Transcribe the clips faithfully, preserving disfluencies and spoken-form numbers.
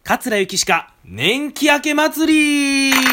桂ゆきしか年季明け祭り。はい。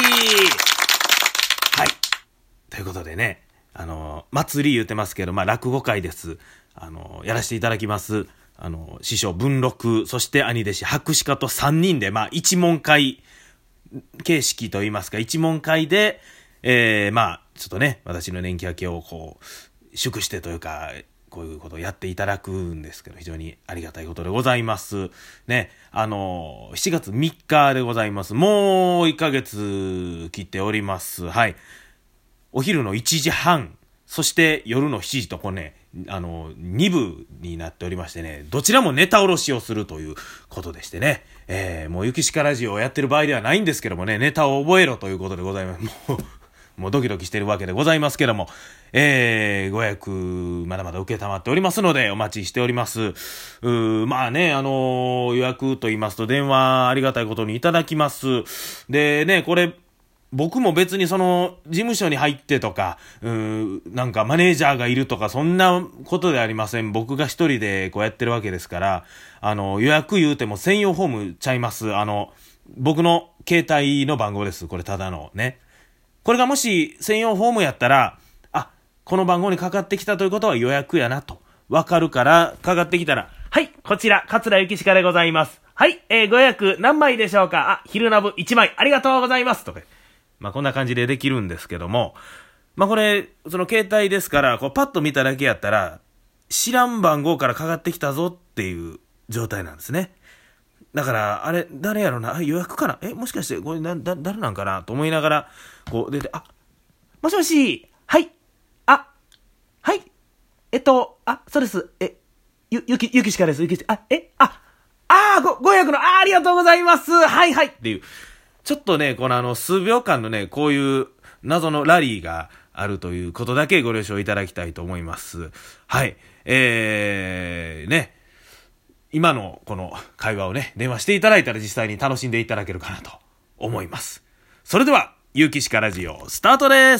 ということでね、あの、祭り言ってますけど、まあ、落語会です。あの、やらせていただきます。あの、師匠文禄、そして兄弟子白鹿とさんにんで、まあ、一問会形式といいますか、一問会で、えー、まあ、ちょっとね、私の年季明けをこう、祝してというか、こういうことをやっていただくんですけど、非常にありがたいことでございます。ね、あの、しちがつみっかでございます。もういっかげつ切っております。はい。お昼のいちじはん、そして夜のしちじとこうね、あの、にぶになっておりましてね、どちらもネタおろしをするということでしてね、えー、もうゆきしかラジオをやってる場合ではないんですけどもね、ネタを覚えろということでございます。もうもうドキドキしてるわけでございますけども、えー、ご予約まだまだ受けたまっておりますのでお待ちしております。うーまあね、あのー、予約と言いますと電話ありがたいことにいただきます。でね、これ僕も別にその事務所に入ってとか、うーなんかマネージャーがいるとかそんなことではありません。僕が一人でこうやってるわけですから、あの予約言うても専用フォームちゃいます。あの僕の携帯の番号です。これただのね。これがもし専用フォームやったら、あ、この番号にかかってきたということは予約やなとわかるから、かかってきたら、はい、こちら桂ゆきしかでございます。はい、えー、ご予約何枚でしょうか。あ、昼ナブいちまいありがとうございますとか。まあこんな感じでできるんですけども、まあこれその携帯ですから、こうパッと見ただけやったら知らん番号からかかってきたぞっていう状態なんですね。だからあれ誰やろな、予約かな、えもしかしてこれなだ誰なんかなと思いながらこう出て、あ、もしもし、はい、あ、はい、えっとあそうです、えゆゆきゆきしかです、ゆきしあえああごご予約の あ, ありがとうございます、はいはいっていう。ちょっとね、このあの数秒間のね、こういう謎のラリーがあるということだけご了承いただきたいと思います。はい。えー、ね。今のこの会話をね、電話していただいたら実際に楽しんでいただけるかなと思います。それでは、ゆきしかラジオスタートです。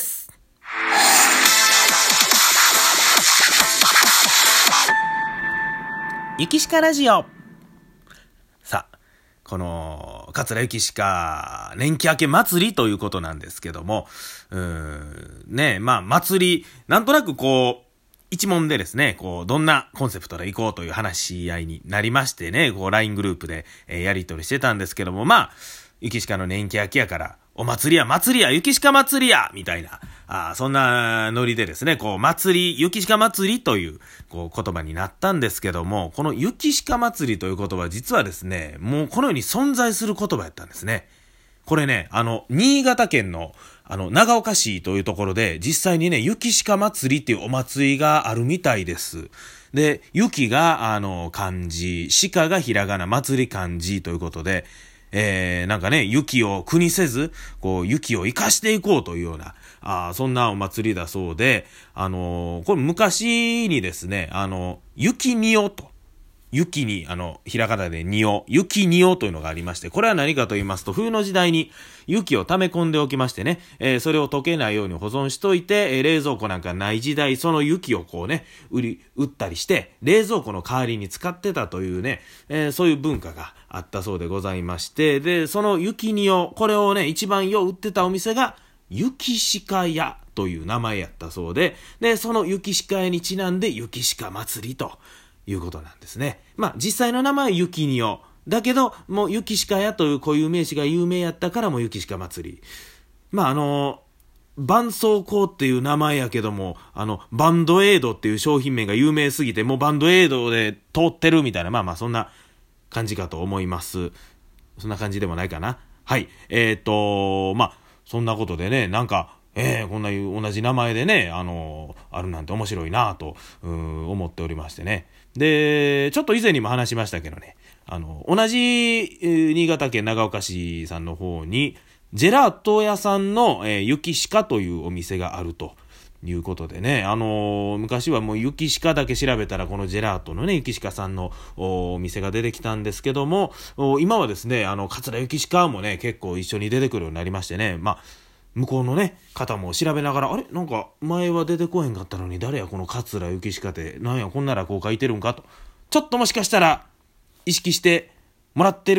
ゆきしかラジオ。さあ、この桂ゆきしか年季明け祭りということなんですけども、うーんね、まあ祭りなんとなくこう一問でですね、こうどんなコンセプトでいこうという話し合いになりましてね、こう ライン グループで、えー、やり取りしてたんですけども、まあゆきしかの年季明けやからお祭りや祭りやゆきしか祭りやみたいな、あそんなノリでですね、こう祭りゆきしか祭りというこう言葉になったんですけども、このゆきしか祭りという言葉は実はですね、もうこのように存在する言葉やったんですね。これね、あの新潟県のあの長岡市というところで実際にね、ゆきしか祭りっていうお祭りがあるみたいです。で、雪があの漢字、鹿がひらがな、祭り漢字ということで、えー、なんかね、雪を苦にせず、こう、雪を生かしていこうというような、あそんなお祭りだそうで、あのー、これ昔にですね、あの、雪におと、雪に、あの、ひらがなでにお、雪におというのがありまして、これは何かと言いますと、冬の時代に雪を溜め込んでおきましてね、えー、それを溶けないように保存しといて、えー、冷蔵庫なんかない時代、その雪をこうね、売り、売ったりして、冷蔵庫の代わりに使ってたというね、えー、そういう文化があったそうでございまして、で、その雪にお、これをね、一番よう売ってたお店が、ゆきしか屋という名前やったそうで、で、そのゆきしか屋にちなんで、ゆきしか祭りと、いうことなんですね。まあ実際の名前は雪におだけど、もうゆきしかやという固有名詞が有名やったからもうゆきしか祭り。まああの絆創膏っていう名前やけども、あのバンドエイドっていう商品名が有名すぎてもうバンドエイドで通ってるみたいな、まあまあそんな感じかと思います。そんな感じでもないかな。はい。えっとまあそんなことでね、なんか。えー、こんな同じ名前でね、あのー、あるなんて面白いなぁとうーん思っておりましてね。で、ちょっと以前にも話しましたけどね、あの、同じ、えー、新潟県長岡市さんの方に、ジェラート屋さんの、えー、ゆきしかというお店があるということでね、あのー、昔はもうゆきしかだけ調べたらこのジェラートのね、ゆきしかさんの お, お店が出てきたんですけども、今はですね、あの、桂ゆきしかもね、結構一緒に出てくるようになりましてね、まあ、向こうのね方も調べながら、あれなんか前は出てこへんかったのに誰やこの桂ゆきしかってなんやこんならこう書いてるんかと、ちょっともしかしたら意識してもらってる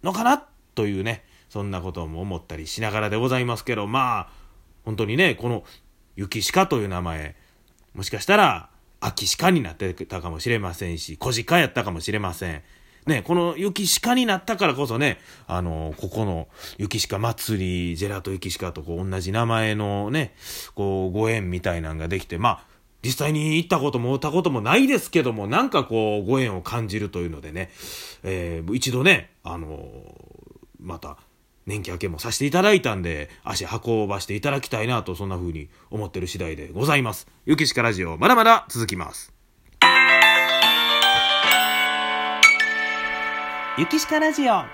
のかなというね、そんなことも思ったりしながらでございますけど、まあ本当にね、この雪鹿という名前、もしかしたら秋鹿になってたかもしれませんし、小鹿やったかもしれませんね。この雪鹿になったからこそね、あのここの雪鹿祭り、ジェラート雪鹿とこう同じ名前のね、こうご縁みたいなのができて、まあ実際に行ったことも会ったこともないですけども、なんかこうご縁を感じるというのでね、えー、一度ね、あのまた年季明けもさせていただいたんで、足運ばしていただきたいなと、そんな風に思ってる次第でございます。ゆきしかラジオ、まだまだ続きます。ゆきしかラジオ。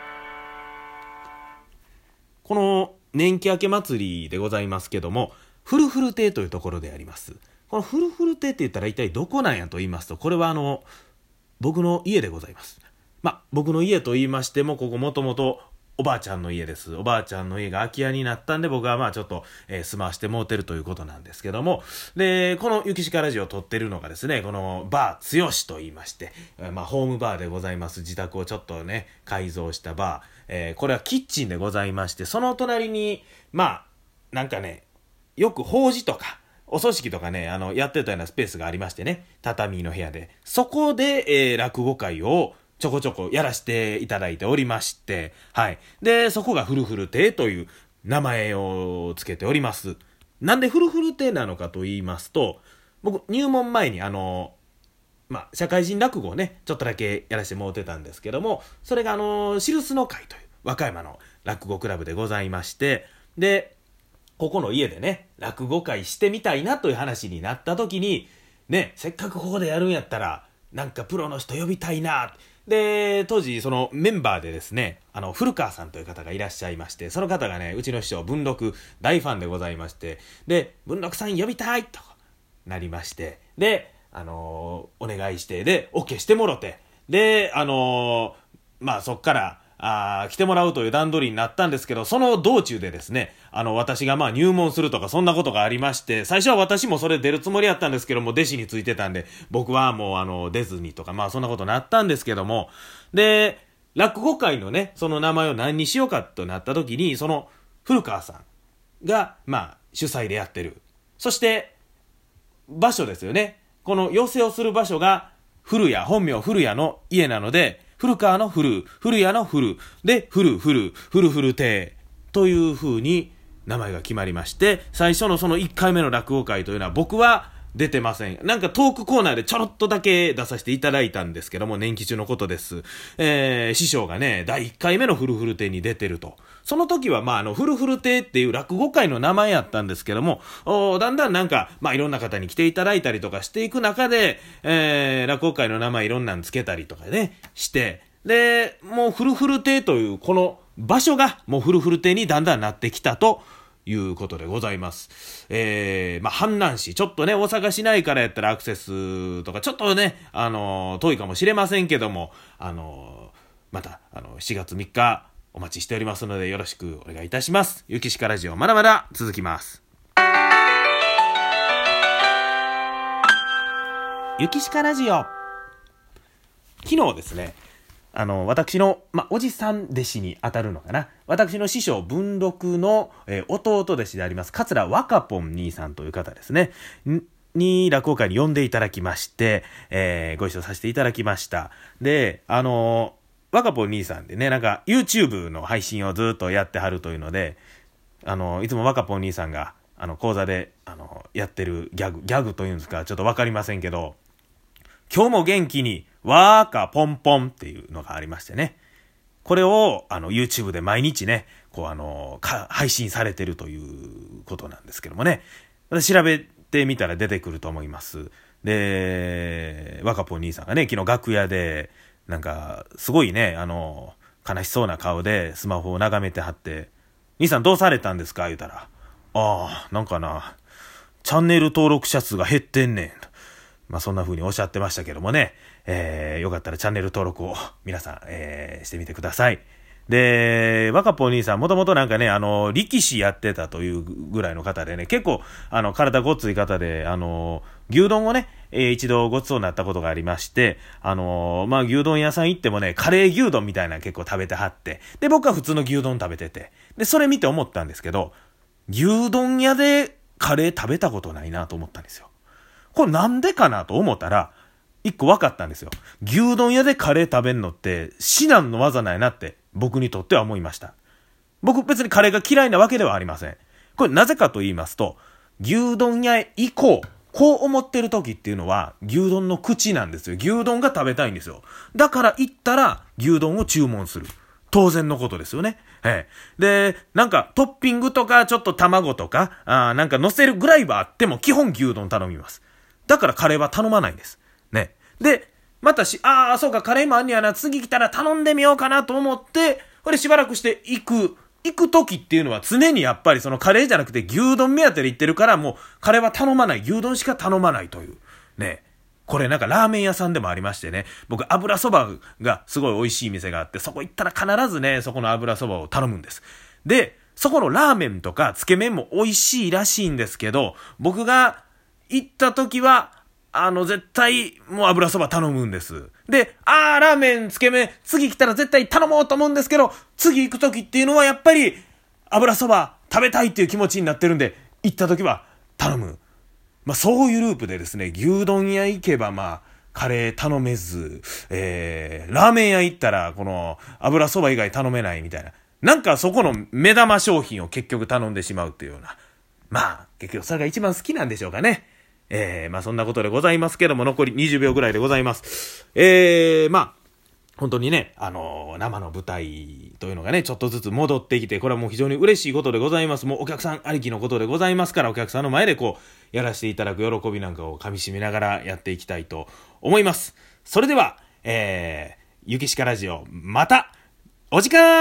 この年季明け祭りでございますけども、フルフル亭というところであります。このフルフル亭って言ったら一体どこなんやと言いますと、これはあの僕の家でございます。まあ僕の家と言いましても、ここもともとおばあちゃんの家です。おばあちゃんの家が空き家になったんで、僕はまあちょっと、えー、住まわしてもうてるということなんですけども、でこのゆきしかラジオを撮ってるのがですね、このバーつよしと言いまして、まあホームバーでございます。自宅をちょっとね改造したバー、えー、これはキッチンでございまして、その隣にまあなんかね、よく法事とかお葬式とかね、あのやってたようなスペースがありましてね、畳の部屋で、そこで、えー、落語会をちょこちょこやらせていただいておりまして、はい。で、そこがフルフル亭という名前をつけております。なんでフルフル亭なのかと言いますと、僕入門前にあの、まあ、社会人落語をね、ちょっとだけやらせてもらってたんですけども、それがあの、シルスの会という和歌山の落語クラブでございまして、で、ここの家でね、落語会してみたいなという話になった時に、ね、せっかくここでやるんやったら、なんかプロの人呼びたいな。で当時そのメンバーでですね、あの古川さんという方がいらっしゃいまして、その方がね、うちの師匠文禄大ファンでございまして、で文禄さん呼びたいとなりまして、であのー、お願いして、で OK してもろて、であのー、まあそっからあ来てもらうという段取りになったんですけど、その道中でですね、あの私がまあ入門するとかそんなことがありまして、最初は私もそれ出るつもりやったんですけども、弟子についてたんで僕はもうあの出ずにとか、まあそんなことになったんですけども、で落語会のねその名前を何にしようかとなった時に、その古川さんがまあ主催でやってる、そして場所ですよね、この寄席をする場所が古谷、本名古谷の家なので、古川の古、古谷の古で古古古古亭という風に名前が決まりまして、最初のそのいっかいめの落語会というのは僕は出てません。なんかトークコーナーでちょろっとだけ出させていただいたんですけども、年季中のことです。えー、師匠がねだいいっかいめの古古亭に出てると。その時はまああの古古亭っていう落語会の名前やったんですけども、だんだんなんかまあいろんな方に来ていただいたりとかしていく中で、えー、落語会の名前いろんなのつけたりとかねして、でもう古古亭というこの場所がもう古古亭にだんだんなってきたということでございます。えー、まあ阪南市、ちょっとね大阪市内からやったらアクセスとかちょっとねあのー、遠いかもしれませんけども、あのー、またあのしちがつみっかお待ちしておりますので、よろしくお願いいたします。ゆきしかラジオ、まだまだ続きます。ゆきしかラジオ、昨日ですね、あの私の、ま、おじさん弟子に当たるのかな、私の師匠文禄の、えー、弟弟子であります桂若ぽん兄さんという方ですねに落語会に呼んでいただきまして、えー、ご一緒させていただきました。であのー若ぽん兄さんでね、なんか YouTube の配信をずっとやってはるというので、あのいつも若ぽん兄さんがあの講座であのやってるギャグギャグというんですか、ちょっとわかりませんけど、今日も元気にわーかポンポンっていうのがありましてね、これをあの YouTube で毎日ねこうあのか配信されてるということなんですけどもね、私調べてみたら出てくると思います。で若ぽん兄さんがね昨日楽屋でなんかすごいねあの悲しそうな顔でスマホを眺めてはって、兄さんどうされたんですか言うたら、ああなんかなチャンネル登録者数が減ってんねん、まあそんな風におっしゃってましたけどもね、えー、よかったらチャンネル登録を皆さん、えー、してみてください。で若ぽん兄さんもともとなんかねあの力士やってたというぐらいの方でね、結構あの体ごっつい方で、あの牛丼をねえー、一度ごちそうになったことがありまして、あのー、まあ、牛丼屋さん行ってもね、カレー牛丼みたいなの結構食べてはって、で、僕は普通の牛丼食べてて、で、それ見て思ったんですけど、牛丼屋でカレー食べたことないなと思ったんですよ。これなんでかなと思ったら、一個分かったんですよ。牛丼屋でカレー食べんのって至難の技ないなって僕にとっては思いました。僕別にカレーが嫌いなわけではありません。これなぜかと言いますと、牛丼屋へ行こう、こう思ってる時っていうのは牛丼の口なんですよ。牛丼が食べたいんですよ。だから行ったら牛丼を注文する。当然のことですよね。ええ、で、なんかトッピングとかちょっと卵とか、あなんか乗せるぐらいはあっても基本牛丼頼みます。だからカレーは頼まないんです。ね。で、またし、ああ、そうか、カレーもあんねやな、次来たら頼んでみようかなと思って、これしばらくして行く。行く時っていうのは常にやっぱりそのカレーじゃなくて牛丼目当てで行ってるから、もうカレーは頼まない、牛丼しか頼まないという。ね。これなんかラーメン屋さんでもありましてね、僕油そばがすごい美味しい店があって、そこ行ったら必ずね、そこの油そばを頼むんです。で、そこのラーメンとかつけ麺も美味しいらしいんですけど、僕が行った時は、あの、絶対、もう油そば頼むんです。で、あー、ラーメン、つけ麺、次来たら絶対頼もうと思うんですけど、次行くときっていうのはやっぱり、油そば食べたいっていう気持ちになってるんで、行ったときは頼む。まあ、そういうループでですね、牛丼屋行けば、まあ、カレー頼めず、えー、ラーメン屋行ったら、この、油そば以外頼めないみたいな。なんかそこの目玉商品を結局頼んでしまうっていうような。まあ、結局それが一番好きなんでしょうかね。えー、まあそんなことでございますけども、残りにじゅうびょうぐらいでございます。えー、まあ、本当にね、あのー、生の舞台というのがね、ちょっとずつ戻ってきて、これはもう非常に嬉しいことでございます。もうお客さんありきのことでございますから、お客さんの前でこう、やらせていただく喜びなんかを噛み締めながらやっていきたいと思います。それでは、えー、ゆきしかラジオ、また、お時間